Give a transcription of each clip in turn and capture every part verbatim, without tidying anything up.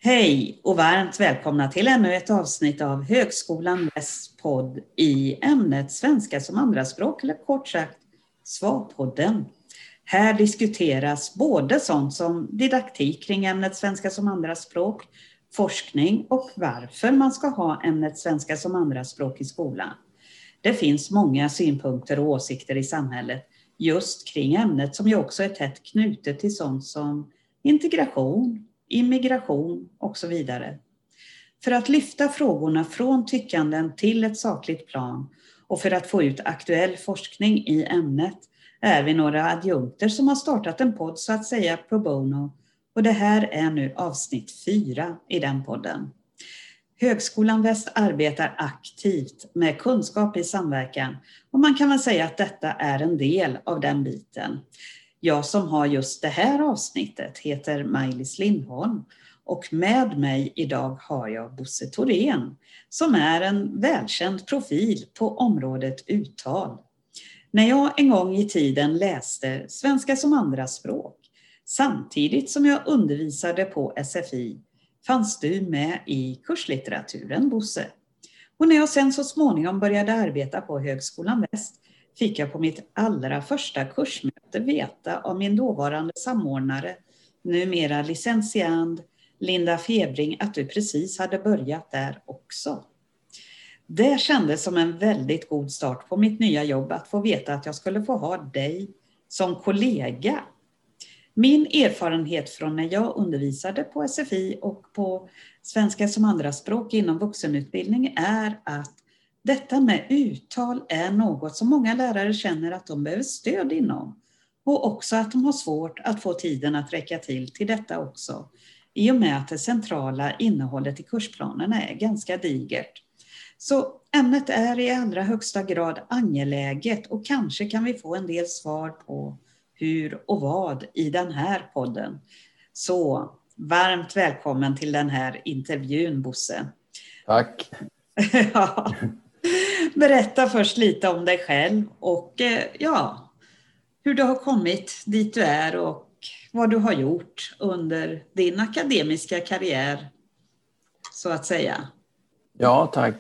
Hej och varmt välkomna till ännu ett avsnitt av Högskolan Västs podd i ämnet svenska som andraspråk, eller kort sagt SVA-podden. Här diskuteras både sånt som didaktik kring ämnet svenska som andraspråk, forskning och varför man ska ha ämnet svenska som andraspråk i skolan. Det finns många synpunkter och åsikter i samhället just kring ämnet, som ju också är tätt knutet till sånt som integration, immigration och så vidare. För att lyfta frågorna från tyckanden till ett sakligt plan och för att få ut aktuell forskning i ämnet är vi några adjunkter som har startat en podd så att säga pro bono, och det här är nu avsnitt fyra i den podden. Högskolan Väst arbetar aktivt med kunskap i samverkan, och man kan väl säga att detta är en del av den biten. Jag som har just det här avsnittet heter Maj-Lis Lindholm, och med mig idag har jag Bosse Thorén som är en välkänd profil på området uttal. När jag en gång i tiden läste svenska som andraspråk samtidigt som jag undervisade på S F I fanns du med i kurslitteraturen, Bosse. Och när jag sen så småningom började arbeta på Högskolan Väst fick jag på mitt allra första kursmöte veta av min dåvarande samordnare, numera licentiand Linda Febring, att du precis hade börjat där också. Det kändes som en väldigt god start på mitt nya jobb att få veta att jag skulle få ha dig som kollega. Min erfarenhet från när jag undervisade på S F I och på svenska som andraspråk inom vuxenutbildning är att detta med uttal är något som många lärare känner att de behöver stöd inom. Och också att de har svårt att få tiden att räcka till till detta också. I och med att det centrala innehållet i kursplanerna är ganska digert. Så ämnet är i allra högsta grad angeläget, och kanske kan vi få en del svar på hur och vad i den här podden. Så varmt välkommen till den här intervjun, Bosse. Tack. Ja. Berätta först lite om dig själv och ja, hur du har kommit dit du är och vad du har gjort under din akademiska karriär, så att säga. Ja, tack.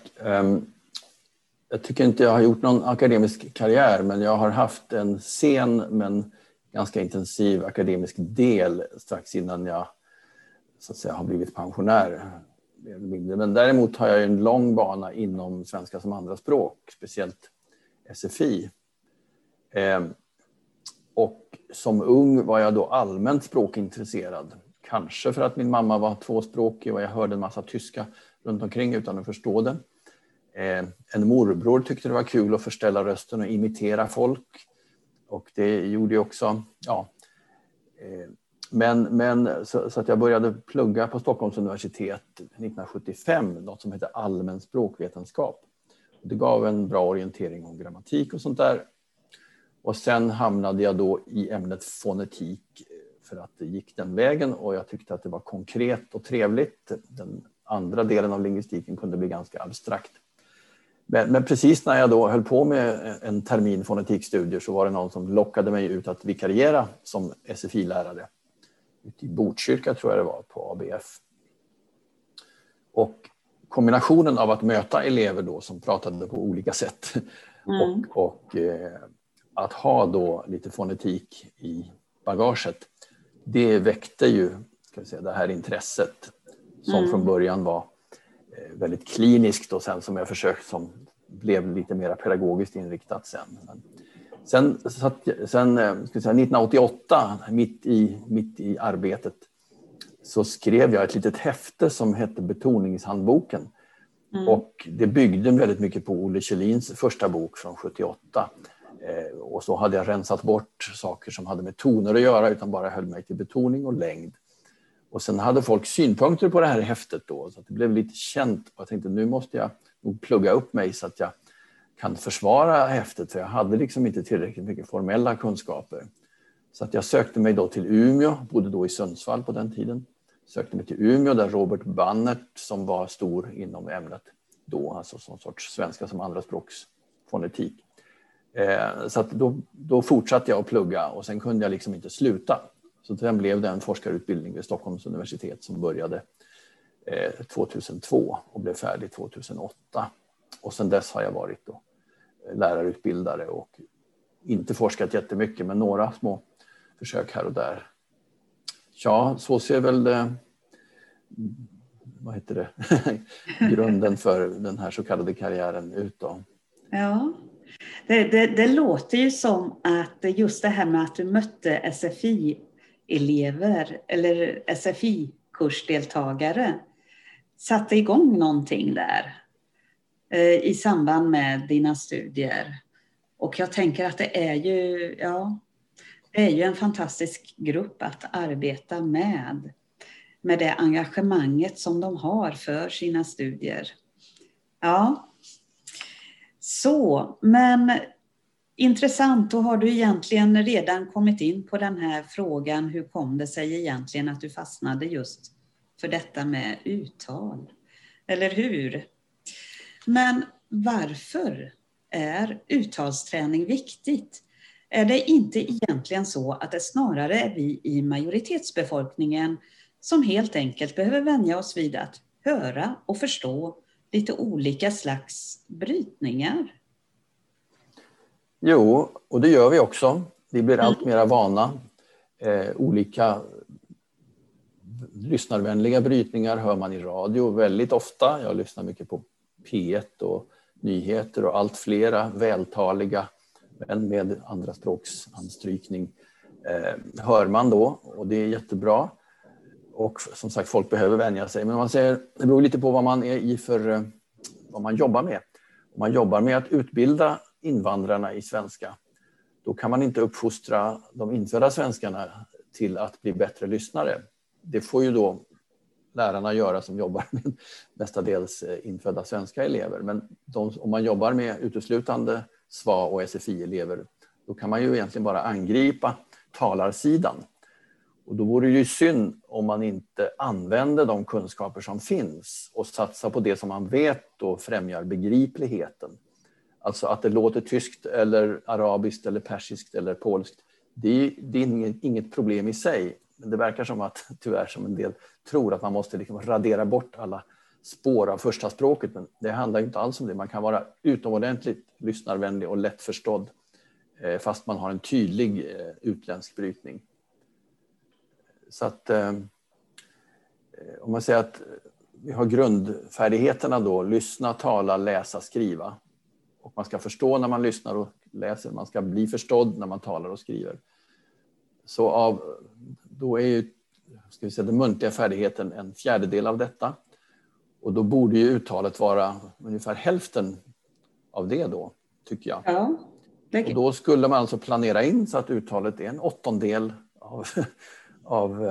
Jag tycker inte jag har gjort någon akademisk karriär, men jag har haft en sen men ganska intensiv akademisk del strax innan jag så att säga har blivit pensionär. Men däremot har jag en lång bana inom svenska som andraspråk, speciellt S F I. Eh, och som ung var jag då allmänt språkintresserad. Kanske för att min mamma var tvåspråkig och jag hörde en massa tyska runt omkring utan att förstå det. Eh, en morbror tyckte det var kul att förställa rösten och imitera folk. Och det gjorde jag också, ja... Eh, Men, men så, så att jag började plugga på Stockholms universitet nittonhundrasjuttiofem, något som heter allmän språkvetenskap. Det gav en bra orientering om grammatik och sånt där. Och sen hamnade jag då i ämnet fonetik för att det gick den vägen, och jag tyckte att det var konkret och trevligt. Den andra delen av lingvistiken kunde bli ganska abstrakt. Men, men precis när jag då höll på med en termin fonetikstudier så var det någon som lockade mig ut att vikariera som S F I-lärare. Ute i Botkyrka tror jag det var, på A B F. Och kombinationen av att möta elever då som pratade på olika sätt mm. och, och eh, att ha då lite fonetik i bagaget, det väckte ju ska vi säga, det här intresset som mm. från början var eh, väldigt kliniskt, och sen som jag försökt som blev lite mer pedagogiskt inriktat sen. Men, Sen, sen ska jag säga, nittonhundraåttioåtta, mitt i, mitt i arbetet, så skrev jag ett litet häfte som hette Betoningshandboken. Mm. Och det byggde väldigt mycket på Olle Kjellins första bok från sjuttioåtta. Eh, och så hade jag rensat bort saker som hade med toner att göra, utan bara höll mig till betoning och längd. Och sen hade folk synpunkter på det här häftet då, så att det blev lite känt. Och jag tänkte, nu måste jag nog plugga upp mig så att jag kan försvara häftet, för jag hade liksom inte tillräckligt mycket formella kunskaper. Så att jag sökte mig då till Umeå, bodde då i Sundsvall på den tiden. Sökte mig till Umeå där Robert Bannert, som var stor inom ämnet då, alltså som sorts svenska som andraspråksfonetik. Eh, så att då, då fortsatte jag att plugga, och sen kunde jag liksom inte sluta. Så sen blev det en forskarutbildning vid Stockholms universitet som började tjugohundratvå och blev färdig tjugohundraåtta. Och sedan dess har jag varit då lärarutbildare och inte forskat jättemycket, men några små försök här och där. Ja, så ser väl det, vad heter det, grunden för den här så kallade karriären ut då. Ja, det, det, det låter ju som att just det här med att du mötte S F I-elever eller S F I-kursdeltagare satte igång någonting där eh, i samband med dina studier. Och jag tänker att det är ju, ja, det är ju en fantastisk grupp att arbeta med. Med det engagemanget som de har för sina studier. Ja, så, men intressant, då har du egentligen redan kommit in på den här frågan. Hur kom det sig egentligen att du fastnade just för detta med uttal? Eller hur? Men varför är uttalsträning viktigt? Är det inte egentligen så att det snarare är vi i majoritetsbefolkningen som helt enkelt behöver vänja oss vid att höra och förstå lite olika slags brytningar? Jo, och det gör vi också. Vi blir allt mer vana. Eh, olika lyssnarvänliga brytningar hör man i radio väldigt ofta. Jag lyssnar mycket på P ett och nyheter och allt flera vältaliga, men med andra språks anstrykning eh, hör man då, och det är jättebra. Och som sagt, folk behöver vänja sig. Men man säger, det beror lite på vad man är i för, vad man jobbar med. Om man jobbar med att utbilda invandrarna i svenska, då kan man inte uppfostra de infödda svenskarna till att bli bättre lyssnare. Det får ju då lärarna göra som jobbar med mestadels infödda svenska elever. Men de, om man jobbar med uteslutande S V A och S F I-elever, då kan man ju egentligen bara angripa talarsidan. Och då vore det ju synd om man inte använder de kunskaper som finns och satsar på det som man vet och främjar begripligheten. Alltså att det låter tyskt eller arabiskt eller persiskt eller polskt, det är, det är inget, inget problem i sig. Men det verkar som att, tyvärr som en del tror, att man måste liksom radera bort alla spår av första språket. Men det handlar inte alls om det. Man kan vara utomordentligt lyssnarvänlig och lättförstådd fast man har en tydlig utländsk brytning. Så att eh, om man säger att vi har grundfärdigheterna då, lyssna, tala, läsa, skriva. Och man ska förstå när man lyssnar och läser, man ska bli förstådd när man talar och skriver. Så av, då är ju, ska vi säga, den muntliga färdigheten en fjärdedel av detta. Och då borde ju uttalet vara ungefär hälften av det då, tycker jag. Ja, det... Och då skulle man alltså planera in så att uttalet är en åttondel av... Av,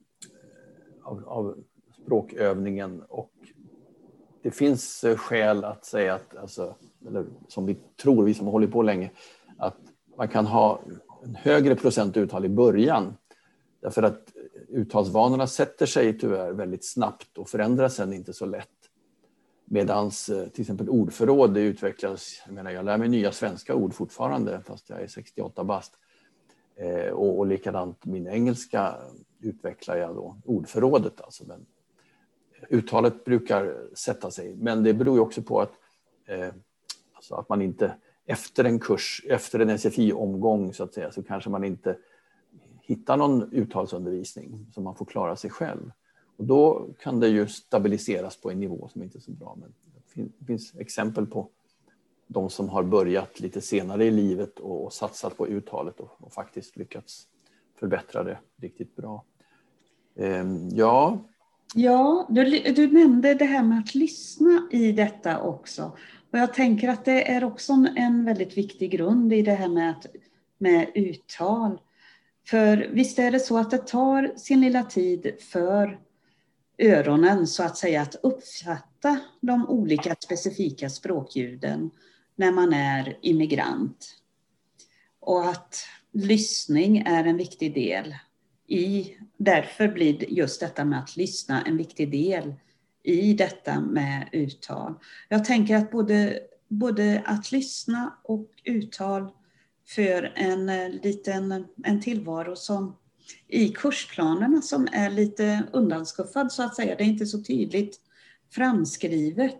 av, av språkövningen, och det finns skäl att säga att, alltså, eller som vi tror, vi som håller på länge, att man kan ha en högre procent uttal i början, därför att uttalsvanorna sätter sig tyvärr väldigt snabbt och förändras sen inte så lätt. Medans till exempel ordförråd, det utvecklas, jag menar, jag lär mig nya svenska ord fortfarande fast jag är sextioåtta bast. Eh, och, och likadant min engelska utvecklar jag då ordförrådet, alltså, men uttalet brukar sätta sig, men det beror ju också på att, eh, alltså att man inte efter en kurs, efter en S F I-omgång så att säga, så kanske man inte hittar någon uttalsundervisning som man får klara sig själv, och då kan det ju stabiliseras på en nivå som inte är så bra. Men det finns exempel på de som har börjat lite senare i livet och, och satsat på uttalet och, och faktiskt lyckats förbättra det riktigt bra. Ehm, ja. Ja, du, du nämnde det här med att lyssna i detta också. Och jag tänker att det är också en väldigt viktig grund i det här med, att, med uttal. För visst är det så att det tar sin lilla tid för öronen så att säga att uppfatta de olika specifika språkljuden när man är immigrant. Och att lyssning är en viktig del i, därför blir just detta med att lyssna en viktig del i detta med uttal. Jag tänker att både, både att lyssna och uttal för en liten en tillvaro som i kursplanerna som är lite undanskuffad så att säga. Det är inte så tydligt framskrivet.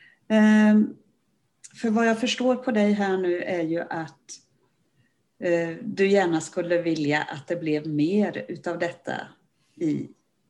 För vad jag förstår på dig här nu är ju att du gärna skulle vilja att det blev mer utav detta i,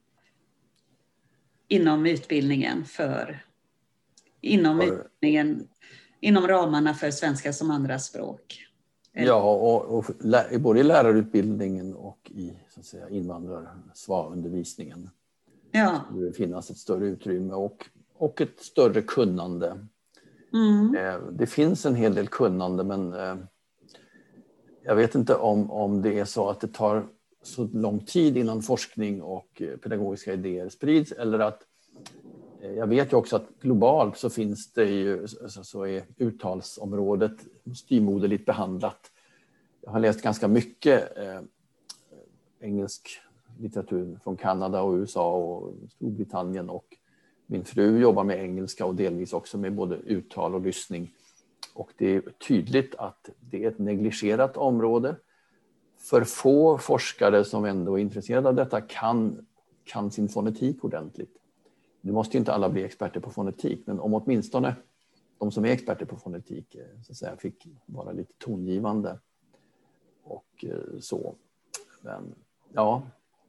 inom utbildningen för inom för, utbildningen inom ramarna för svenska som andraspråk. Ja, och, och både i lärarutbildningen och i så att säga, invandrarsvaundervisningen. Ja. Det finns ett större utrymme och, och ett större kunnande. Mm. Det finns en hel del kunnande, men jag vet inte om, om det är så att det tar så lång tid innan forskning och pedagogiska idéer sprids, eller att jag vet ju också att globalt så finns det ju, så är uttalsområdet styvmoderligt behandlat. Jag har läst ganska mycket eh, engelsk litteratur från Kanada och U S A och Storbritannien, och min fru jobbar med engelska och delvis också med både uttal och lyssning. Och det är tydligt att det är ett negligerat område. För få forskare som ändå är intresserade av detta kan, kan sin fonetik ordentligt. Nu måste inte alla bli experter på fonetik, men om åtminstone de som är experter på fonetik så att säga, fick vara lite tongivande och så. Men ja,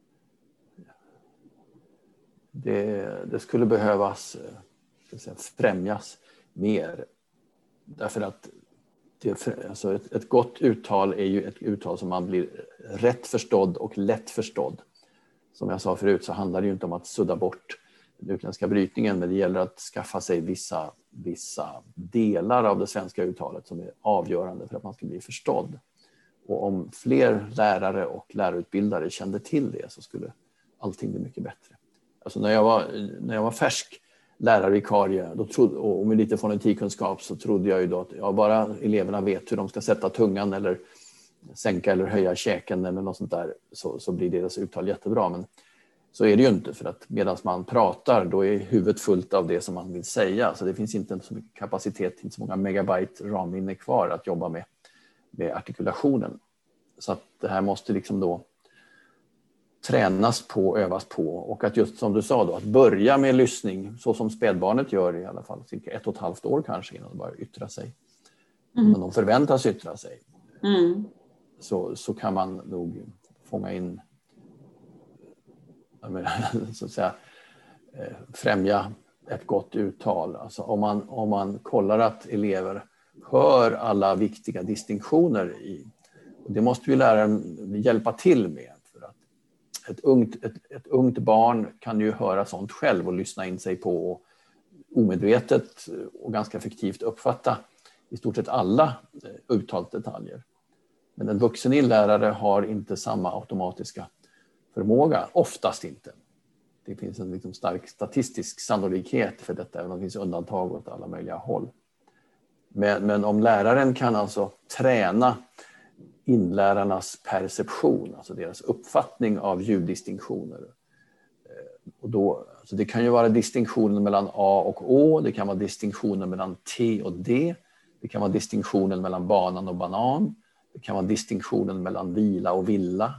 det, det skulle behövas så att säga, främjas mer. Därför att det, alltså ett, ett gott uttal är ju ett uttal som man blir rätt förstådd och lätt förstådd. Som jag sa förut så handlar det ju inte om att sudda bort den utländska brytningen, men det gäller att skaffa sig vissa, vissa delar av det svenska uttalet som är avgörande för att man ska bli förstådd. Och om fler lärare och lärarutbildare kände till det så skulle allting bli mycket bättre. Alltså när jag var, när jag var färsk lärarvikarie då trodde, och med lite fonetikkunskap så trodde jag ju då att ja, bara eleverna vet hur de ska sätta tungan eller sänka eller höja käken eller något sånt där så, så blir deras uttal jättebra. Men så är det ju inte, för att medan man pratar då är huvudet fullt av det som man vill säga. Så det finns inte så mycket kapacitet, inte så många megabyte ramminne kvar att jobba med, med artikulationen. Så att det här måste liksom då tränas på, övas på, och att just som du sa då, att börja med lyssning så som spädbarnet gör i alla fall cirka ett och ett halvt år kanske innan de börjar yttra sig. Mm. Men de förväntas yttra sig. Mm. Så, så kan man nog fånga in, så att säga, främja ett gott uttal. Alltså om man, om man kollar att elever hör alla viktiga distinktioner i, och det måste ju läraren hjälpa till med. Ett ungt, ett, ett ungt barn kan ju höra sånt själv och lyssna in sig på och omedvetet och ganska effektivt uppfatta i stort sett alla uttalsdetaljer. Men en vuxen inlärare har inte samma automatiska förmåga, oftast inte. Det finns en liksom stark statistisk sannolikhet för detta, även om det finns undantag åt alla möjliga håll. Men, men om läraren kan alltså träna inlärarnas perception, alltså deras uppfattning av ljuddistinktioner. Och då, alltså det kan ju vara distinktionen mellan A och Å, det kan vara distinktionen mellan T och D, det kan vara distinktionen mellan banan och banan, det kan vara distinktionen mellan vila och villa,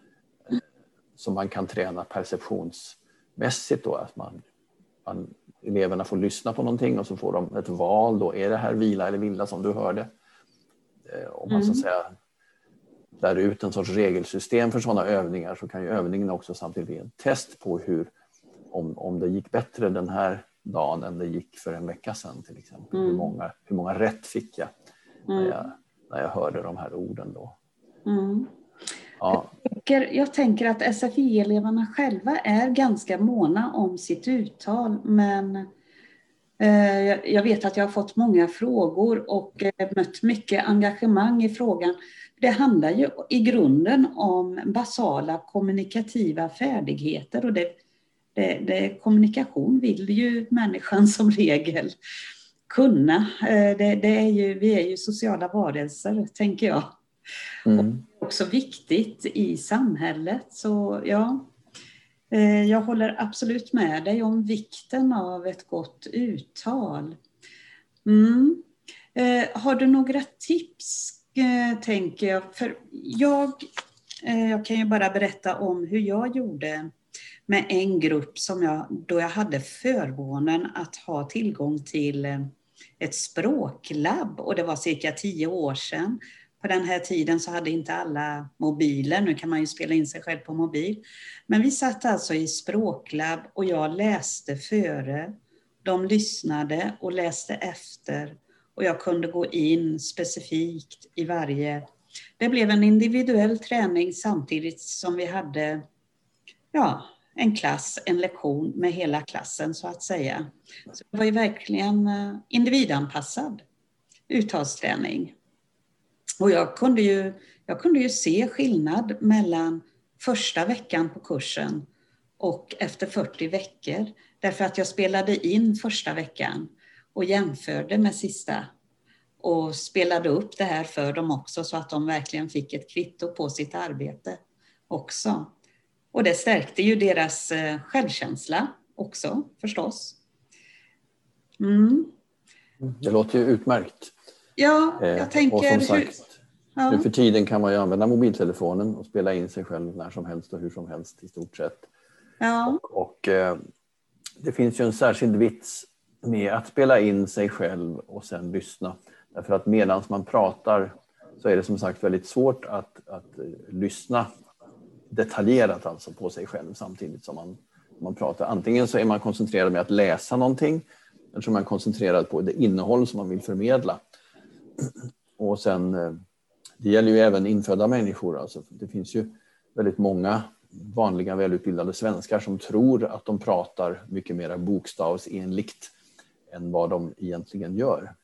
som man kan träna perceptionsmässigt då, att man, man, eleverna får lyssna på någonting och så får de ett val då, är det här vila eller villa som du hörde? Om man mm. så att säga lär ut en sorts regelsystem för sådana övningar, så kan ju övningen också samtidigt bli en test på hur, om, om det gick bättre den här dagen än det gick för en vecka sedan till exempel. Mm. Hur, många, hur många rätt fick jag, mm. när jag när jag hörde de här orden då. Mm. Ja. Jag, tänker, jag tänker att S F I-eleverna själva är ganska måna om sitt uttal, men eh, jag vet att jag har fått många frågor och eh, mött mycket engagemang i frågan. Det handlar ju i grunden om basala kommunikativa färdigheter, och det, det, det, kommunikation vill ju människan som regel kunna. Det, det är ju, vi är ju sociala varelser, tänker jag. Mm. Och det är också viktigt i samhället. Så ja, jag håller absolut med dig om vikten av ett gott uttal. Mm. Har du några tips, tänker jag? För jag Jag kan ju bara berätta om hur jag gjorde med en grupp som jag, då jag hade förmånen att ha tillgång till ett språklabb. Och det var cirka tio år sedan. På den här tiden så hade inte alla mobiler. Nu kan man ju spela in sig själv på mobil. Men vi satt alltså i språklabb och jag läste före. De lyssnade och läste efter. Och jag kunde gå in specifikt i varje. Det blev en individuell träning samtidigt som vi hade ja, en klass, en lektion med hela klassen så att säga. Så det var ju verkligen individanpassad uttalsträning. Och jag kunde ju, jag kunde ju se skillnad mellan första veckan på kursen och efter fyrtio veckor. Därför att jag spelade in första veckan och jämförde med sista. Och spelade upp det här för dem också så att de verkligen fick ett kvitto på sitt arbete också. Och det stärkte ju deras självkänsla också förstås. Mm. Det låter ju utmärkt. Ja, jag tänker... Och som sagt, hur... ja. nu för tiden kan man ju använda mobiltelefonen och spela in sig själv när som helst och hur som helst i stort sett. Ja. Och, och eh, det finns ju en särskild vits med att spela in sig själv och sen lyssna. Därför att medan man pratar så är det som sagt väldigt svårt att, att uh, lyssna detaljerat alltså på sig själv samtidigt som man, man pratar. Antingen så är man koncentrerad med att läsa någonting eller så är man koncentrerad på det innehåll som man vill förmedla. Och sen, uh, det gäller ju även infödda människor. Alltså. Det finns ju väldigt många vanliga välutbildade svenskar som tror att de pratar mycket mer bokstavsenligt än vad de egentligen gör.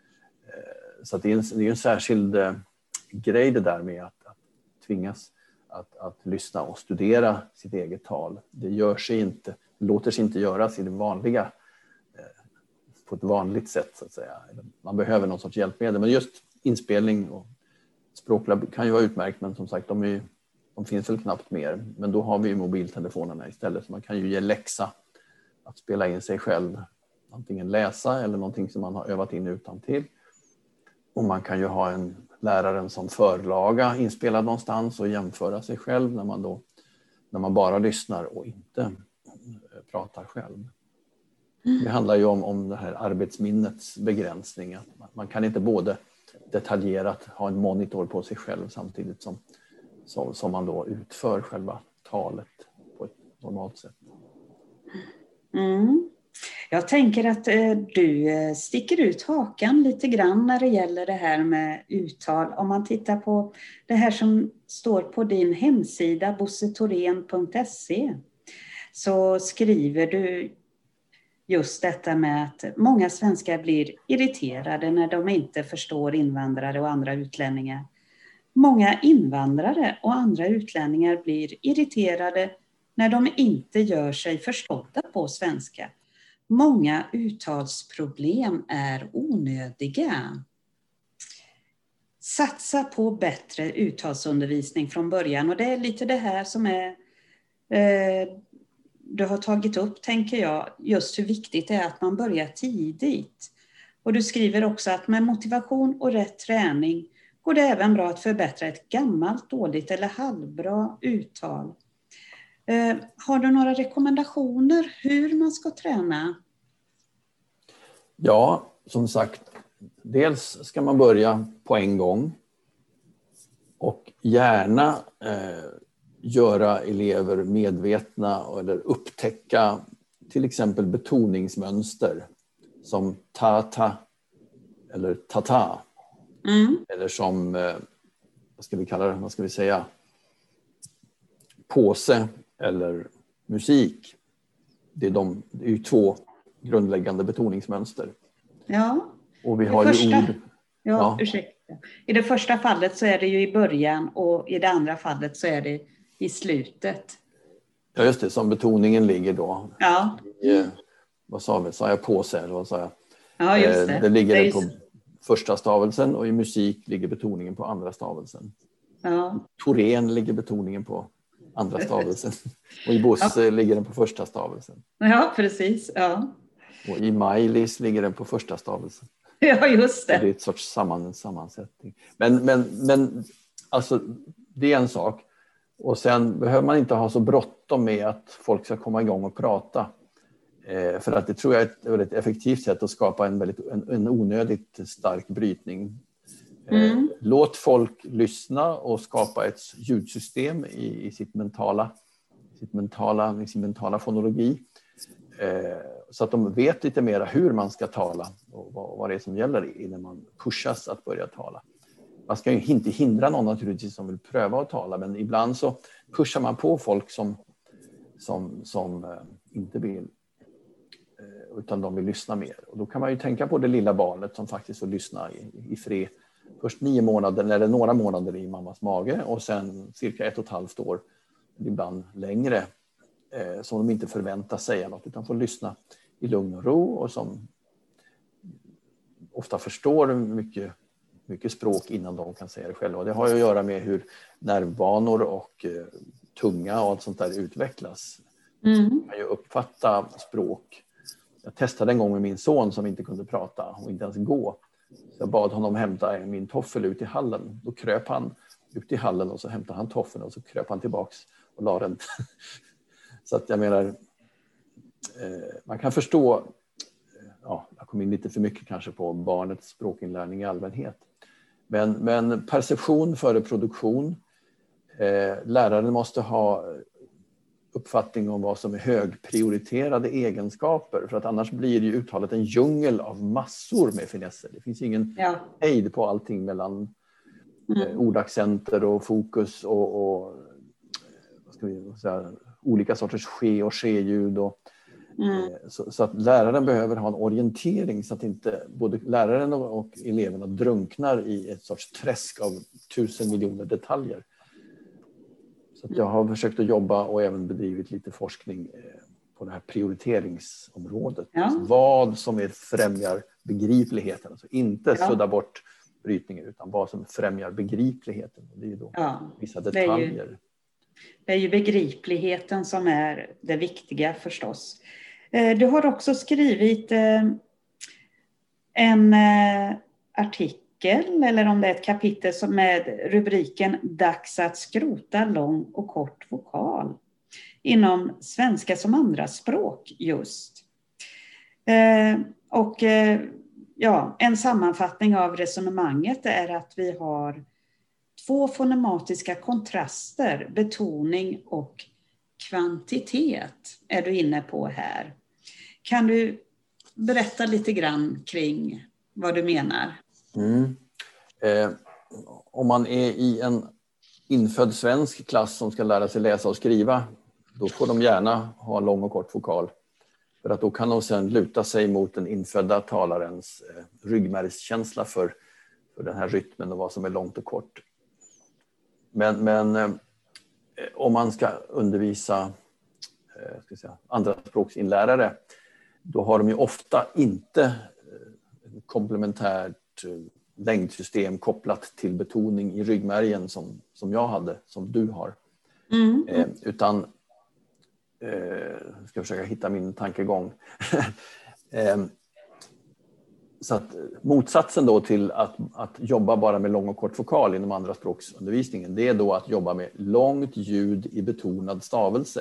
Så det är, en, det är en särskild eh, grej det där med att, att tvingas att, att lyssna och studera sitt eget tal. Det gör sig inte, låter sig inte göras i det vanliga, eh, på ett vanligt sätt så att säga. Man behöver någon sorts hjälpmedel, men just inspelning och språklabb kan ju vara utmärkt, men som sagt de, är, de finns väl knappt mer. Men då har vi ju mobiltelefonerna istället, så man kan ju ge läxa att spela in sig själv. Antingen läsa eller någonting som man har övat in utantill. Och man kan ju ha en läraren som förlaga inspelad någonstans och jämföra sig själv när man, då, när man bara lyssnar och inte pratar själv. Det handlar ju om, om det här arbetsminnets begränsning. Att man, man kan inte både detaljerat ha en monitor på sig själv samtidigt som, som, som man då utför själva talet på ett normalt sätt. Mm. Jag tänker att eh, du sticker ut hakan lite grann när det gäller det här med uttal. Om man tittar på det här som står på din hemsida bossetorén punkt se så skriver du just detta med att många svenskar blir irriterade när de inte förstår invandrare och andra utlänningar. Många invandrare och andra utlänningar blir irriterade när de inte gör sig förstådda på svenska. Många uttalsproblem är onödiga. Satsa på bättre uttalsundervisning från början. Och det är lite det här som är, eh, du har tagit upp, tänker jag, just hur viktigt det är att man börjar tidigt. Och du skriver också att med motivation och rätt träning går det även bra att förbättra ett gammalt, dåligt eller halvbra uttal. Eh, har du några rekommendationer hur man ska träna? Ja, som sagt, dels ska man börja på en gång och gärna eh, göra elever medvetna eller upptäcka till exempel betoningsmönster som ta-ta eller ta-ta. Mm. Eller som, eh, vad ska vi kalla det, vad ska vi säga, påse eller musik. Det är, de, det är ju två grundläggande betoningsmönster. Ja. Och vi har första, ju ord. Ja, ja, ursäkta. I det första fallet så är det ju i början och i det andra fallet så är det i slutet. Ja, just det. Som betoningen ligger då. Ja. I, vad sa vi? Sa jag påse eller vad sa jag? Ja, just det. Det ligger det är... på första stavelsen och i musik ligger betoningen på andra stavelsen. Ja. Torén ligger betoningen på andra stavelsen. Och i Bosse ja. ligger den på första stavelsen. Ja, precis. Ja. Och i Maj-Lis ligger den på första stavelsen. Ja, just det. Så det är ett sorts samman, sammansättning. Men, men, men alltså, det är en sak. Och sen behöver man inte ha så bråttom med att folk ska komma igång och prata. Eh, för att det tror jag är ett väldigt effektivt sätt att skapa en, väldigt, en, en onödigt stark brytning. Eh, Mm. Låt folk lyssna och skapa ett ljudsystem i, i sitt mentala, sitt mentala, i sin mentala fonologi. Eh, så att de vet lite mer hur man ska tala och vad, vad det är som gäller innan man pushas att börja tala. Man ska ju inte hindra någon naturligtvis som vill pröva att tala, men ibland så pushar man på folk som, som, som eh, inte vill, eh, utan de vill lyssna mer. Och då kan man ju tänka på det lilla barnet som faktiskt får lyssna i, i fred. Först nio månader eller några månader i mammas mage och sen cirka ett och ett halvt år, ibland längre, eh, som de inte förväntar säga något utan får lyssna i lugn och ro och som ofta förstår mycket mycket språk innan de kan säga det själva. Det har ju att göra med hur nervbanor och eh, tunga och allt sånt där utvecklas. Mm. Man kan ju uppfatta språk. Jag testade en gång med min son som inte kunde prata och inte ens gå. Så jag bad honom hämta min toffel ut i hallen. Då kröp han ut i hallen och så hämtade han toffeln och så kröp han tillbaks och la den. Så att jag menar, eh, man kan förstå, ja, jag kom in lite för mycket kanske på barnets språkinlärning i allmänhet. Men, men perception före produktion. Eh, läraren måste ha uppfattning om vad som är högprioriterade egenskaper. För att annars blir ju uttalet en djungel av massor med finesser. Det finns ingen ja. hejd på allting mellan mm. eh, ordaccenter och fokus och, och vad ska vi säga, olika sorters ske och ske-ljud. Och, mm. eh, så, så att läraren behöver ha en orientering så att inte både läraren och, och eleverna drunknar i ett sorts träsk av tusen miljoner detaljer. Så att jag har försökt att jobba och även bedrivit lite forskning på det här prioriteringsområdet. Ja. Alltså vad som är främjar begripligheten. Alltså inte ja. sudda bort brytningen utan vad som främjar begripligheten. Det är ju då ja. vissa detaljer. Det är, ju, det är ju begripligheten som är det viktiga förstås. Du har också skrivit en artikel eller om det är ett kapitel som med rubriken Dags att skrota lång och kort vokal inom svenska som andraspråk just. Eh, och eh, ja, en sammanfattning av resonemanget är att vi har två fonematiska kontraster, betoning och kvantitet är du inne på här. Kan du berätta lite grann kring vad du menar? Mm. Eh, om man är i en infödd svensk klass som ska lära sig läsa och skriva, då får de gärna ha lång och kort vokal. För att då kan de sedan luta sig mot den infödda talarens eh, ryggmärgskänsla för, för den här rytmen och vad som är långt och kort. Men, men eh, om man ska undervisa eh, ska säga, andra språksinlärare, då har de ju ofta inte eh, komplementärt längdsystem kopplat till betoning i ryggmärgen som, som jag hade, som du har. Mm. Eh, utan, eh, ska försöka hitta min tankegång. eh, så att motsatsen då till att, att jobba bara med lång och kort vokal inom andra språksundervisningen, det är då att jobba med långt ljud i betonad stavelse.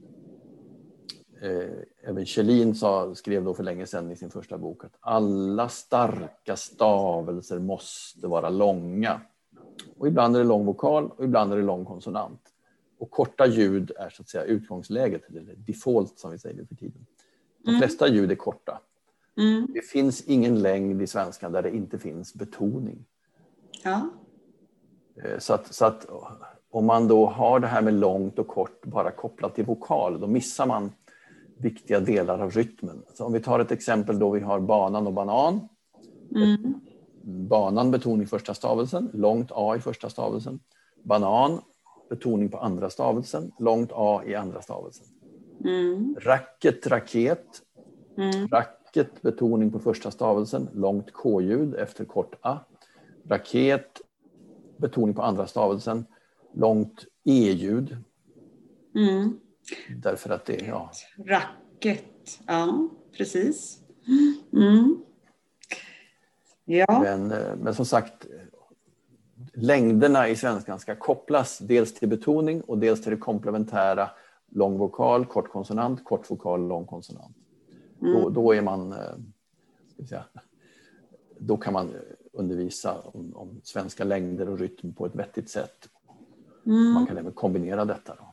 Eh, även Kjellin sa, skrev då för länge sedan i sin första bok att alla starka stavelser måste vara långa. Och ibland är det lång vokal och ibland är det lång konsonant. Och korta ljud är så att säga utgångsläget, eller default som vi säger nu för tiden. De mm. flesta ljud är korta. Mm. Det finns ingen längd i svenskan där det inte finns betoning. Ja. Eh, så att, så att om man då har det här med långt och kort bara kopplat till vokal, då missar man viktiga delar av rytmen. Så om vi tar ett exempel då vi har banan och banan. Mm. Banan betoning i första stavelsen, långt A i första stavelsen. Banan betoning på andra stavelsen, långt A i andra stavelsen. Mm. Racket, raket. Mm. Racket betoning på första stavelsen, långt K-ljud efter kort A. Raket betoning på andra stavelsen, långt E-ljud. Mm. Därför att det är, ja. Racket, ja, precis. Mm. Ja. Men, men som sagt, längderna i svenskan ska kopplas dels till betoning och dels till det komplementära lång vokal, kort konsonant, kort vokal, lång konsonant. Mm. Då, då är man, ska vi säga, då kan man undervisa om, om svenska längder och rytm på ett vettigt sätt. Mm. Man kan även kombinera detta då.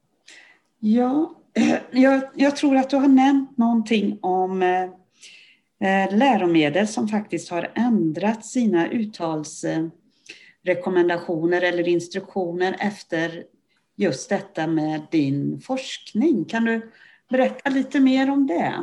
Ja, jag, jag tror att du har nämnt någonting om eh, läromedel som faktiskt har ändrat sina uttalsrekommendationer eller instruktioner efter just detta med din forskning. Kan du berätta lite mer om det?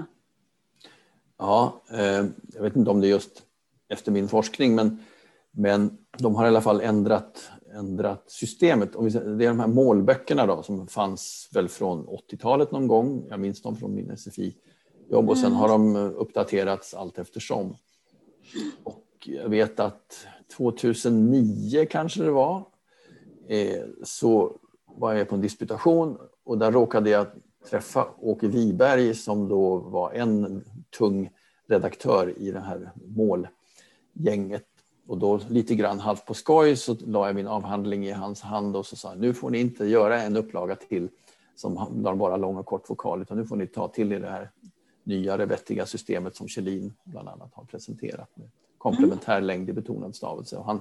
Ja, eh, jag vet inte om det är just efter min forskning, men, men de har i alla fall ändrat, ändrat systemet. Det är de här målböckerna då, som fanns väl från åttiotalet någon gång. Jag minns dem från min S F I-jobb och sen har de uppdaterats allt eftersom. Och jag vet att tjugohundranio kanske det var, eh, så var jag på en disputation och där råkade jag träffa Åke Wiberg som då var en tung redaktör i det här målgänget. Och då lite grann halvt på skoj så la jag min avhandling i hans hand och så sa nu får ni inte göra en upplaga till som handlar bara lång och kort vokal, utan nu får ni ta till i det här nyare vettiga systemet som Kjellin bland annat har presenterat med komplementär längd i betonad stavelse. Och han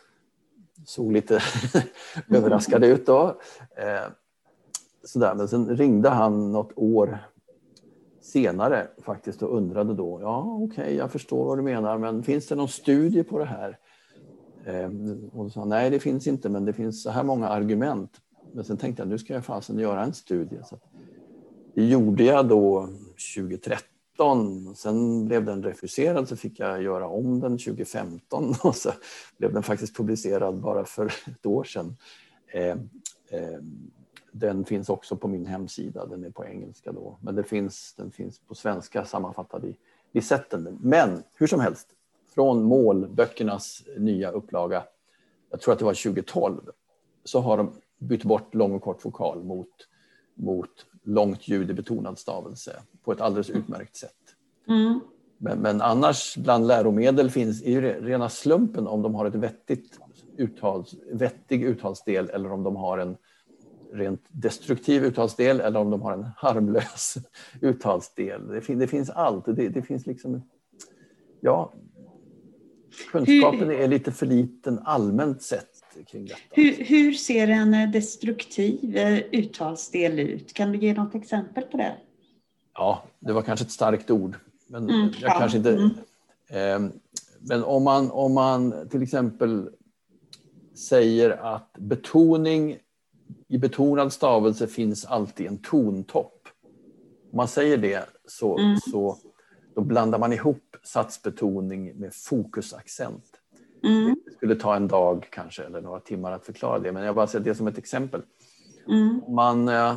såg lite överraskad ut då. Eh, sådär. Men sen ringde han något år senare faktiskt och undrade då, ja okej, okay, jag förstår vad du menar, men finns det någon studie på det här? Eh, och då sa han, nej det finns inte, men det finns så här många argument. Men sen tänkte jag, nu ska jag fasen göra en studie. Så det gjorde jag då tjugohundratretton, sen blev den refuserad så fick jag göra om den tjugofemton och så blev den faktiskt publicerad bara för ett år sedan. Eh, eh, den finns också på min hemsida, den är på engelska då, men det finns, den finns på svenska sammanfattad i, i sätten. Men hur som helst, från målböckernas nya upplaga, jag tror att det var tjugotolv, så har de bytt bort lång och kort vokal mot, mot långt ljud i betonad stavelse på ett alldeles utmärkt sätt. Mm. Men, men annars bland läromedel finns i rena slumpen om de har ett vettigt uttals, vettig uttalsdel eller om de har en rent destruktiv uttalsdel eller om de har en harmlös uttalsdel. Det, fin, det finns allt. Det, det finns liksom, ja, kunskapen är lite för liten allmänt sett kring detta. Hur, hur ser en destruktiv uttalsdel ut? Kan du ge något exempel på det? Ja, det var kanske ett starkt ord. Men mm, jag ja. kanske inte... Mm. Eh, men om man, om man till exempel säger att betoning i betonad stavelse finns alltid en tontopp. Om man säger det så, mm. så då blandar man ihop satsbetoning med fokusaccent. Mm. Det skulle ta en dag kanske eller några timmar att förklara det, men jag bara säger det som ett exempel. Mm. Man, eh,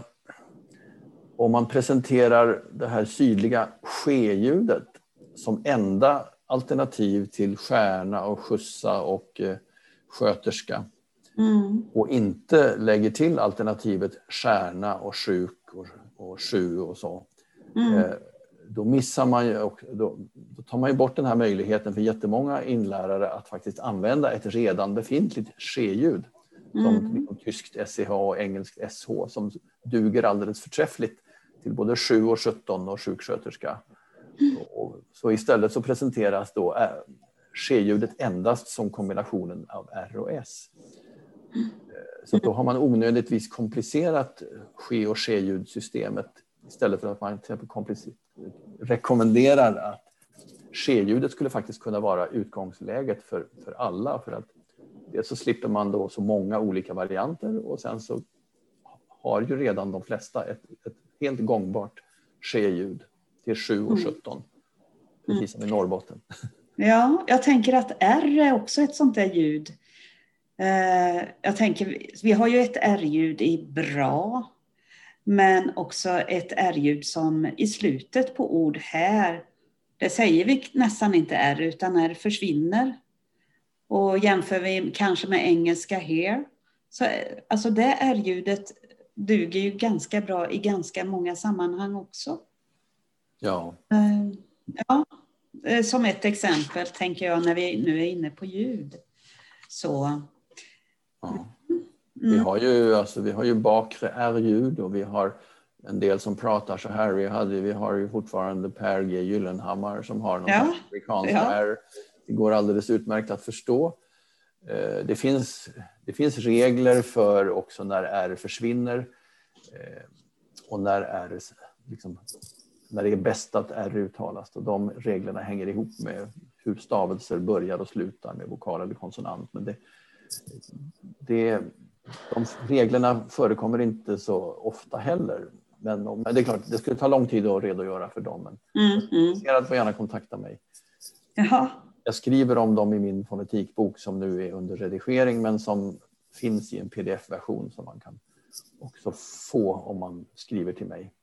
om man presenterar det här sydliga ske-ljudet som enda alternativ till stjärna och skjutsa och eh, sköterska mm. och inte lägger till alternativet stjärna och sjuk och, och sju och så, mm. eh, då missar man ju och då, då tar man ju bort den här möjligheten för jättemånga inlärare att faktiskt använda ett redan befintligt ske-ljud mm. som liksom, tyskt S C H och engelskt S H som duger alldeles förträffligt till både sju och sjutton och sjuksköterska. Mm. Och, så istället så presenteras då äh, ske-ljudet endast som kombinationen av R och S. Mm. Så då har man onödigtvis komplicerat ske- och ske-ljudsystemet istället för att man till exempel rekommenderar att ske-ljudet skulle faktiskt kunna vara utgångsläget för, för alla. För att dels så slipper man då så många olika varianter och sen så har ju redan de flesta ett, ett helt gångbart ske-ljud till sju och sjutton. Precis som i Norrbotten. Ja, jag tänker att R är också ett sånt där ljud. Jag tänker, vi har ju ett R-ljud i bra. Men också ett R-ljud som i slutet på ord här, det säger vi nästan inte R utan R försvinner. Och jämför vi kanske med engelska here, så alltså det R-ljudet duger ju ganska bra i ganska många sammanhang också. Ja. Ja, som ett exempel tänker jag när vi nu är inne på ljud. Så Ja. Vi har ju, alltså, vi har ju bakre R-ljud och vi har en del som pratar så här. Vi, hade, vi har ju fortfarande Per G. Gyllenhammar som har någon Ja. amerikansk Ja. R. Det går alldeles utmärkt att förstå. Det finns, det finns regler för också när R försvinner och när, R, liksom, när det är bäst att R uttalas. Och de reglerna hänger ihop med hur stavelser börjar och slutar med vokal eller konsonant. Men det, det, de reglerna förekommer inte så ofta heller. Men, men det är klart, det skulle ta lång tid att redogöra för dem. Men Mm, mm. jag får gärna kontakta mig. Jaha. Jag skriver om dem i min fonetikbok som nu är under redigering men som finns i en pdf-version som man kan också få om man skriver till mig.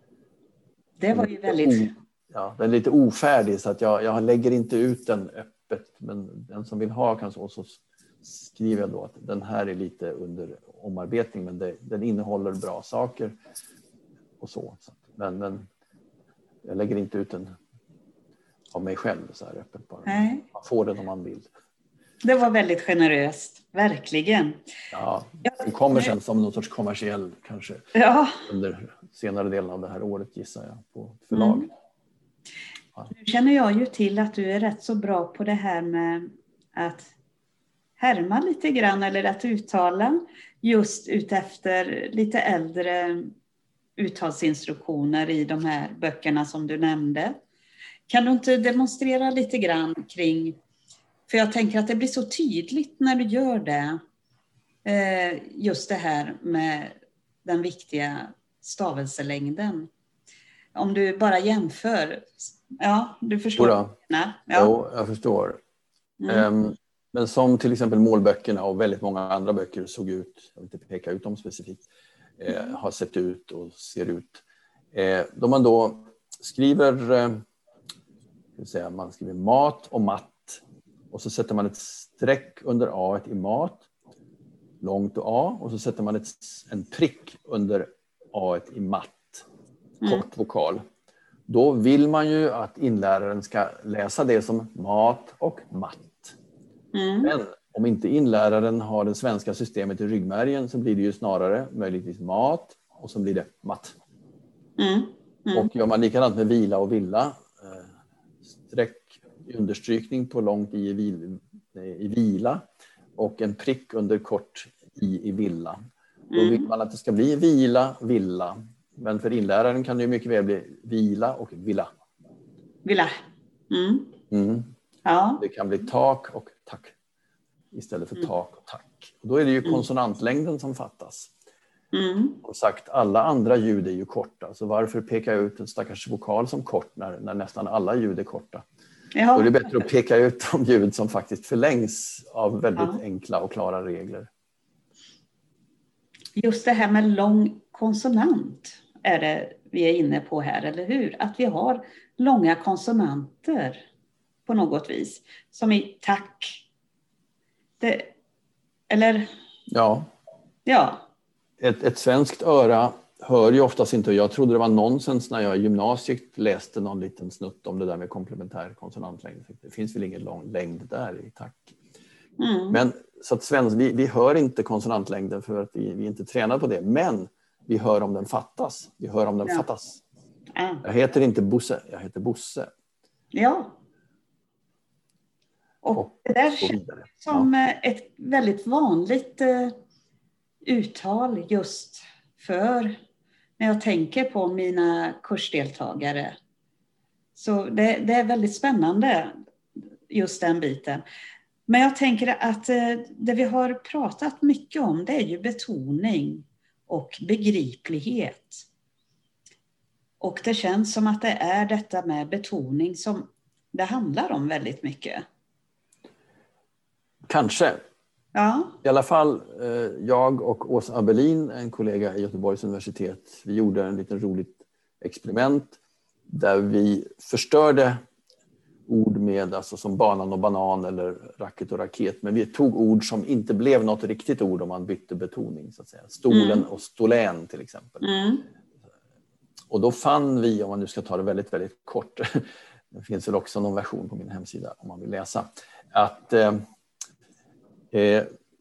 Det var ju väldigt... Ja, den är lite ofärdig så att jag, jag lägger inte ut den öppet, men den som vill ha kan så, så skriver jag då att den här är lite under omarbetning men det, den innehåller bra saker och så. Men, men jag lägger inte ut den av mig själv så här öppet bara. Nej. Man får den om man vill. Det var väldigt generöst, verkligen. Ja, det kommer sen som någon sorts kommersiell kanske ja. under senare delen av det här året gissar jag på förlag. Mm. Ja. Nu känner jag ju till att du är rätt så bra på det här med att härma lite grann eller att uttala just utefter lite äldre uttalsinstruktioner i de här böckerna som du nämnde. Kan du inte demonstrera lite grann kring, för jag tänker att det blir så tydligt när du gör det, just det här med den viktiga stavelselängden. Om du bara jämför, ja, du förstår. Ja. Ja. Jo, jag förstår. Mm. Men som till exempel målböckerna och väldigt många andra böcker såg ut, jag vill inte peka ut dem specifikt, mm. har sett ut och ser ut. Då man då skriver, säga, man skriver mat och matt och så sätter man ett streck under A i mat, långt och A, och så sätter man ett, en prick under A i matt, kort mm. vokal. Då vill man ju att inläraren ska läsa det som mat och matt. Mm. Men om inte inläraren har det svenska systemet i ryggmärgen så blir det ju snarare möjligtvis mat och så blir det matt. Mm. Mm. Och gör man likadant med vila och villa, streck, understrykning på långt i, vil, i vila och en prick under kort i i villa. Då vill man att det ska bli vila, villa. Men för inläraren kan det ju mycket väl bli vila och villa. Villa. Mm. Mm. Ja. Det kan bli tak och tack istället för mm. tak och tack. Och då är det ju konsonantlängden som fattas. Mm. Som sagt, alla andra ljud är ju korta. Så varför peka ut en stackars vokal som kort när, när nästan alla ljud är korta? Ja. Då är det bättre att peka ut de ljud som faktiskt förlängs av väldigt ja. enkla och klara regler. Just det här med lång konsonant är det vi är inne på här, eller hur? Att vi har långa konsonanter på något vis. Som i tack. Det, eller? Ja. Ja. Ett, ett svenskt öra hör ju oftast inte, och jag trodde det var nonsens när jag i gymnasiet läste någon liten snutt om det där med komplementär konsonantlängd. Det finns väl ingen lång längd där i tack. Mm. Men så att svensk, vi, vi hör inte konsonantlängden för att vi, vi är inte tränar på det, men vi hör om den fattas. Vi hör om den ja. fattas. Mm. Jag heter inte Bosse, jag heter Bosse. Ja. Och, och det där känns som ja. ett väldigt vanligt uh, uttal just för när jag tänker på mina kursdeltagare. Så det, det är väldigt spännande just den biten. Men jag tänker att uh, det vi har pratat mycket om, det är ju betoning och begriplighet. Och det känns som att det är detta med betoning som det handlar om väldigt mycket. Kanske. Ja. I alla fall, jag och Åsa Abelin, en kollega i Göteborgs universitet, vi gjorde en liten roligt experiment där vi förstörde ord med, alltså som banan och banan eller racket och raket, men vi tog ord som inte blev något riktigt ord om man bytte betoning så att säga. Stolen mm. och stolän till exempel. Mm. Och då fann vi, om man nu ska ta det väldigt, väldigt kort, det finns väl också någon version på min hemsida om man vill läsa, att eh,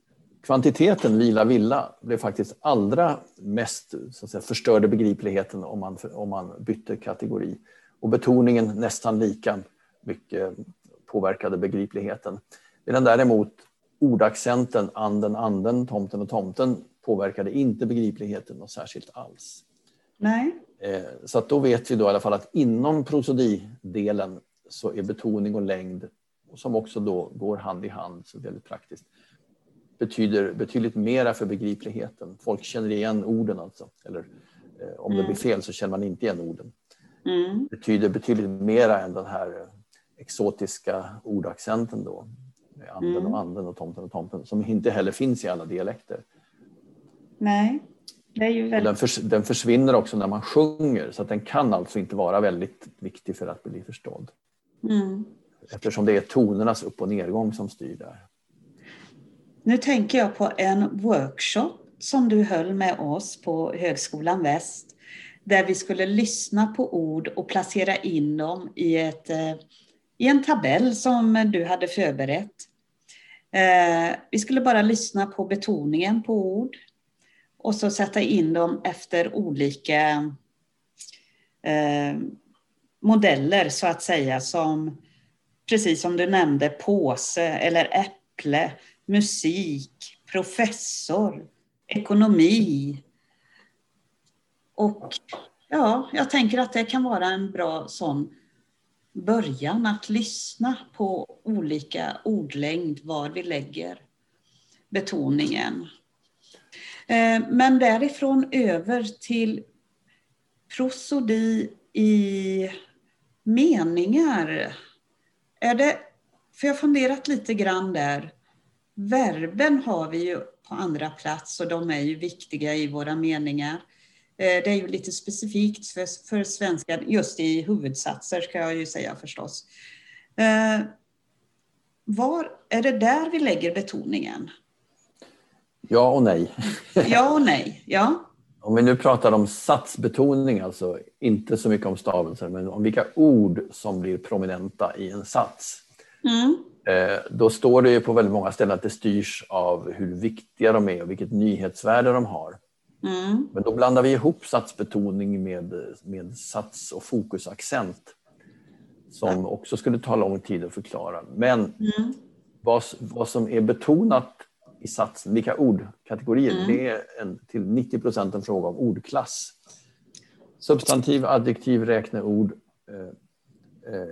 Kvantiteten lila villa blev faktiskt allra mest så att säga, förstörde begripligheten om man, om man bytte kategori. Och betoningen nästan lika mycket påverkade begripligheten. Medan däremot ordaccenten anden, anden, tomten och tomten påverkade inte begripligheten något särskilt alls. Nej. Så att då vet vi då i alla fall att inom prosodidelen så är betoning och längd, som också då går hand i hand, så väldigt praktiskt, betyder betydligt mera för begripligheten. Folk känner igen orden alltså. Eller eh, om mm. det blir fel så känner man inte igen orden. Mm. Det betyder betydligt mera än den här exotiska ordaccenten då. Med anden mm. och anden och tomten och tomten. Som inte heller finns i alla dialekter. Nej. Det är ju väldigt... den, förs- den försvinner också när man sjunger. Så att den kan alltså inte vara väldigt viktig för att bli förstådd. Mm. Eftersom det är tonernas upp- och nedgång som styr där. Nu tänker jag på en workshop som du höll med oss på Högskolan Väst. Där vi skulle lyssna på ord och placera in dem i, ett, i en tabell som du hade förberett. Vi skulle bara lyssna på betoningen på ord. Och så sätta in dem efter olika eh, modeller så att säga. Som, precis som du nämnde, påse eller äpple, musik, professor, ekonomi. Och ja, jag tänker att det kan vara en bra sån början att lyssna på olika ordlängd, var vi lägger betoningen. Men därifrån över till prosodi i meningar. Är det, för jag har funderat lite grann där. Verben har vi ju på andra plats och de är ju viktiga i våra meningar. Det är ju lite specifikt för, för svenska, just i huvudsatser ska jag ju säga förstås. Var är det där vi lägger betoningen? Ja och nej. Ja och nej, ja. Om vi nu pratar om satsbetoning, alltså inte så mycket om stavelser, men om vilka ord som blir prominenta i en sats. Mm. Eh, då står det ju på väldigt många ställen att det styrs av hur viktiga de är och vilket nyhetsvärde de har. Mm. Men då blandar vi ihop satsbetoning med, med sats- och fokusaccent. Som ja. också skulle ta lång tid att förklara. Men mm. vad, vad som är betonat i satsen, vilka ordkategorier, mm. det är en, till nittio procent en fråga om ordklass. Substantiv, adjektiv, räkneord, eh, eh,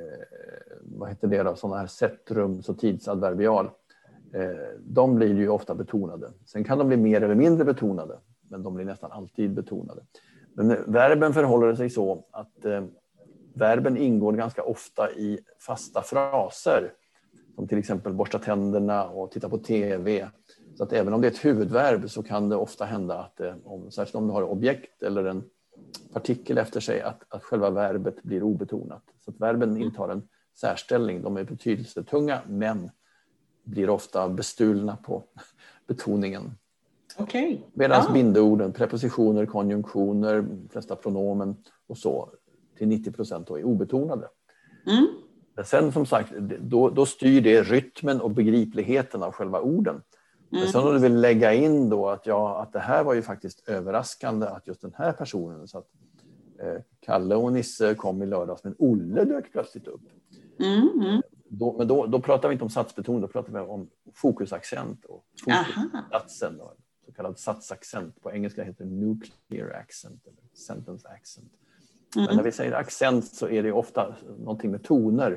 vad heter det då, sådana här sättrums- och tidsadverbial. Eh, de blir ju ofta betonade. Sen kan de bli mer eller mindre betonade, men de blir nästan alltid betonade. Men verben förhåller sig så att eh, verben ingår ganska ofta i fasta fraser. Som till exempel borsta tänderna och titta på tv. Så att även om det är ett huvudverb så kan det ofta hända att, om, särskilt om du har objekt eller en partikel efter sig, att, att själva verbet blir obetonat. Så att verben intar en särställning. De är betydelsetunga men blir ofta bestulna på betoningen. Okay. Medan ja. bindeorden, prepositioner, konjunktioner, flesta pronomen och så till nittio procent då är obetonade. Mm. Men sen som sagt, då, då styr det rytmen och begripligheten av själva orden. Men mm. sen om du vill lägga in då att, ja, att det här var ju faktiskt överraskande att just den här personen, så att eh, Kalle och Nisse kom i lördags men Olle dök plötsligt upp. Mm. Mm. Då, men då, då pratar vi inte om satsbeton, då pratar vi om fokusaccent och fokussatsen, då, så kallad satsaccent. På engelska heter det nuclear accent eller sentence accent. Mm. Men när vi säger accent så är det ofta någonting med toner.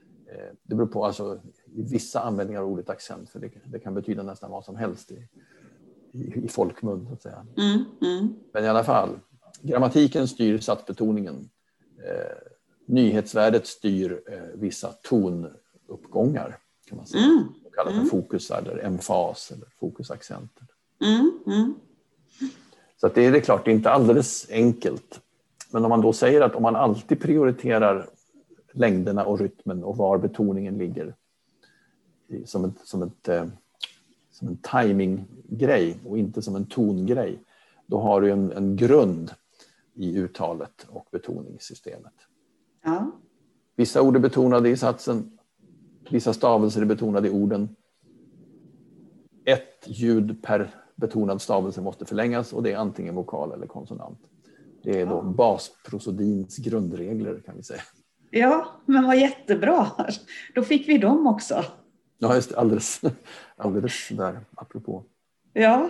Det beror på, alltså i vissa användningar av ordet accent, för det, det kan betyda nästan vad som helst i, i, i folkmun så att säga. Mm. Mm. Men i alla fall, grammatiken styr satsbetoningen. Eh, nyhetsvärdet styr eh, vissa tonuppgångar kan man säga. Mm. Det kallas för fokus eller emfas eller fokusaccent. Mm. Mm. Så att det är det klart, det är inte alldeles enkelt. Men om man då säger att om man alltid prioriterar längderna och rytmen och var betoningen ligger som, ett, som, ett, eh, som en timing-grej och inte som en tongrej, då har du en, en grund i uttalet och betoningssystemet. Ja. Vissa ord är betonade i satsen, vissa stavelser är betonade i orden. ett ljud per betonad stavelse måste förlängas och det är antingen vokal eller konsonant. Det är då basprosodins grundregler kan vi säga. Ja, men vad jättebra. Då fick vi dem också. Ja, just det. Alldeles, alldeles där, apropå. Ja.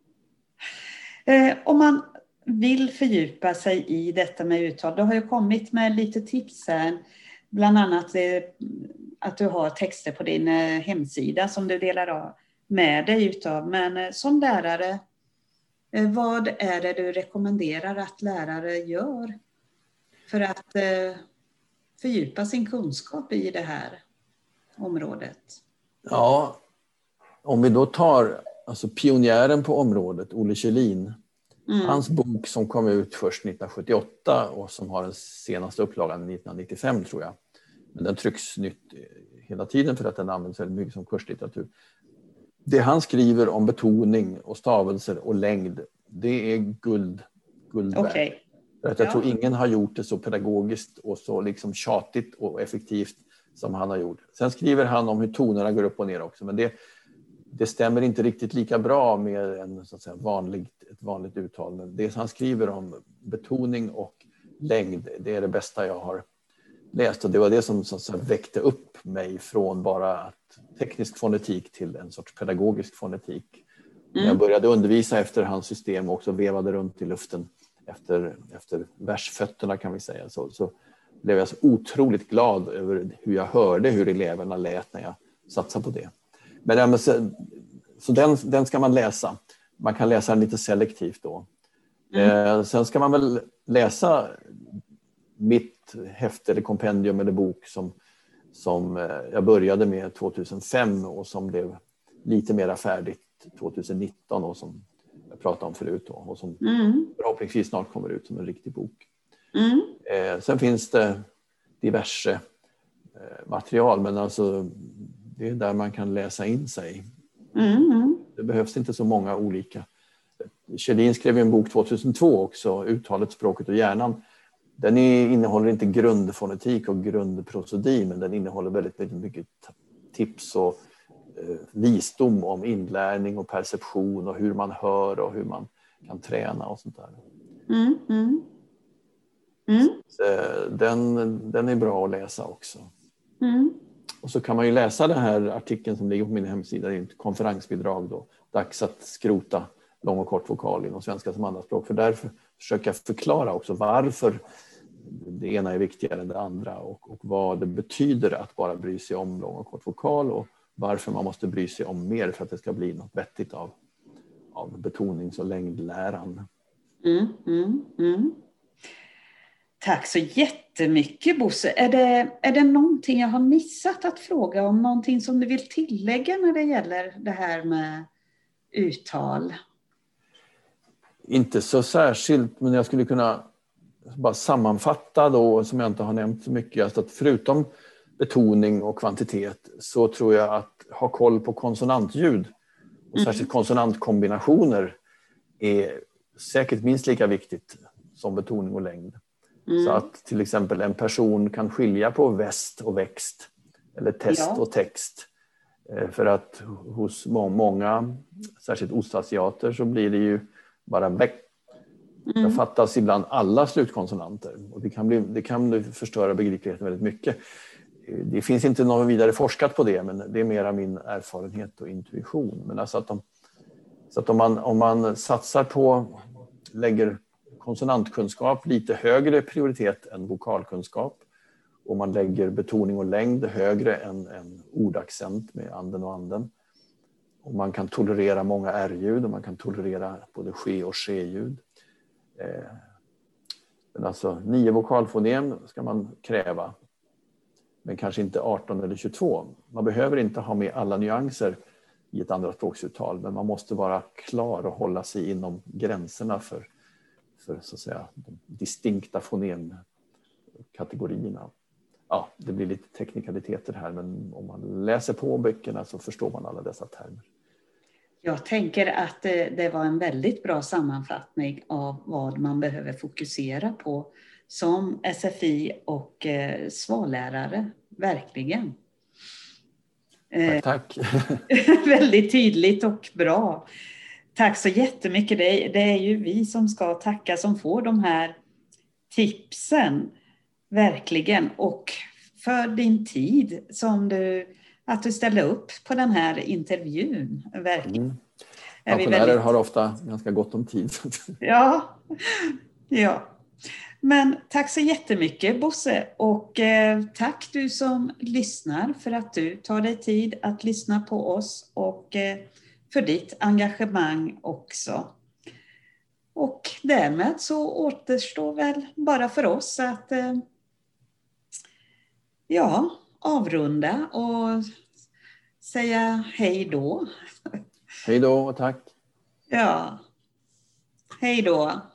Eh, om man vill fördjupa sig i detta med uttal, då har jag kommit med lite tips här. Bland annat eh, att du har texter på din eh, hemsida som du delar av med dig utav. Men eh, som lärare, eh, vad är det du rekommenderar att lärare gör för att eh, fördjupa sin kunskap i det här området? Ja, om vi då tar alltså pionjären på området, Olle Kjellin. Mm. Hans bok som kom ut först nittonhundrasjuttioåtta och som har den senaste upplagan nittonhundranittiofem tror jag. Men den trycks nytt hela tiden för att den används väldigt mycket som kurslitteratur. Det han skriver om betoning och stavelser och längd, det är guld, guld värt. Okay. För att jag ja. tror ingen har gjort det så pedagogiskt och så liksom tjatigt och effektivt som han har gjort. Sen skriver han om hur tonerna går upp och ner också, men det, det stämmer inte riktigt lika bra med en, så att säga, vanligt, ett vanligt uttal. Men det han skriver om betoning och längd, det är det bästa jag har läst. Och det var det som, så att säga, väckte upp mig från bara att teknisk fonetik till en sorts pedagogisk fonetik. Mm. När jag började undervisa efter hans system och också vevade runt i luften efter, efter versfötterna kan vi säga, så, så blev jag så otroligt glad över hur jag hörde hur eleverna lät när jag satsade på det. Men så, så den, den ska man läsa. Man kan läsa den lite selektivt då. Mm. Eh, sen ska man väl läsa mitt häfte eller kompendium eller bok som, som jag började med tjugohundrafem och som blev lite mer färdigt tjugonitton och som jag pratade om förut då, och som mm. förhoppningsvis snart kommer ut som en riktig bok. Mm. Eh, sen finns det diverse eh, material, men alltså det är där man kan läsa in sig. Mm. Det behövs inte så många olika. Kjellin skrev en bok tjugohundratvå också, Uttalet, språket och hjärnan. Den är, innehåller inte grundfonetik och grundprosodi, men den innehåller väldigt, väldigt mycket tips och eh, visdom om inlärning och perception och hur man hör och hur man kan träna och sånt där. Mm. Mm. Mm. Så, eh, den, den är bra att läsa också. Mm. Och så kan man ju läsa den här artikeln som ligger på min hemsida, det är ett konferensbidrag då. Dags att skrota lång och kort vokal inom svenska som andraspråk. För därför försöker jag förklara också varför det ena är viktigare än det andra och, och vad det betyder att bara bry sig om lång och kort vokal och varför man måste bry sig om mer för att det ska bli något vettigt av, av betonings- och längdläran. Mm, mm, mm. Tack så jättemycket, Bosse. Är det, är det någonting jag har missat att fråga om? Någonting som du vill tillägga när det gäller det här med uttal? Inte så särskilt, men jag skulle kunna bara sammanfatta då, som jag inte har nämnt så mycket, alltså att förutom betoning och kvantitet så tror jag att ha koll på konsonantljud och mm. särskilt konsonantkombinationer är säkert minst lika viktigt som betoning och längd. Mm. Så att till exempel en person kan skilja på väst och växt eller test ja. och text. För att hos många, särskilt ostasiater, så blir det ju bara väck. Mm. Det fattas ibland alla slutkonsonanter och det kan, bli, det kan förstöra begripligheten väldigt mycket. Det finns inte något vidare forskat på det, men det är mera min erfarenhet och intuition. Men alltså att de, så att om man, om man satsar på, lägger konsonantkunskap lite högre prioritet än vokalkunskap och man lägger betoning och längd högre än, än ordaccent med anden och anden. Och man kan tolerera många R-ljud och man kan tolerera både ske och ske-ljud. Eh, men alltså nio vokalfonem ska man kräva, men kanske inte arton eller tjugotvå. Man behöver inte ha med alla nyanser i ett andra språksuttal, men man måste vara klar och hålla sig inom gränserna för, för så att säga, de distinkta fonemkategorierna. Ja, det blir lite teknikaliteter här, men om man läser på böckerna så förstår man alla dessa termer. Jag tänker att det var en väldigt bra sammanfattning av vad man behöver fokusera på som S F I och svallärare, verkligen. Tack, tack. Väldigt tydligt och bra. Tack så jättemycket. Det är, det är ju vi som ska tacka som får de här tipsen. Verkligen. Och för din tid som du, att du ställde upp på den här intervjun. Verkligen. Mm. Pensionärer väldigt... har ofta ganska gott om tid. Ja, ja. Men tack så jättemycket Bosse, och eh, tack du som lyssnar för att du tar dig tid att lyssna på oss, och eh, för ditt engagemang också. Och därmed så återstår väl bara för oss att eh, ja, avrunda och säga hej då. Hej då och tack. Ja, hej då.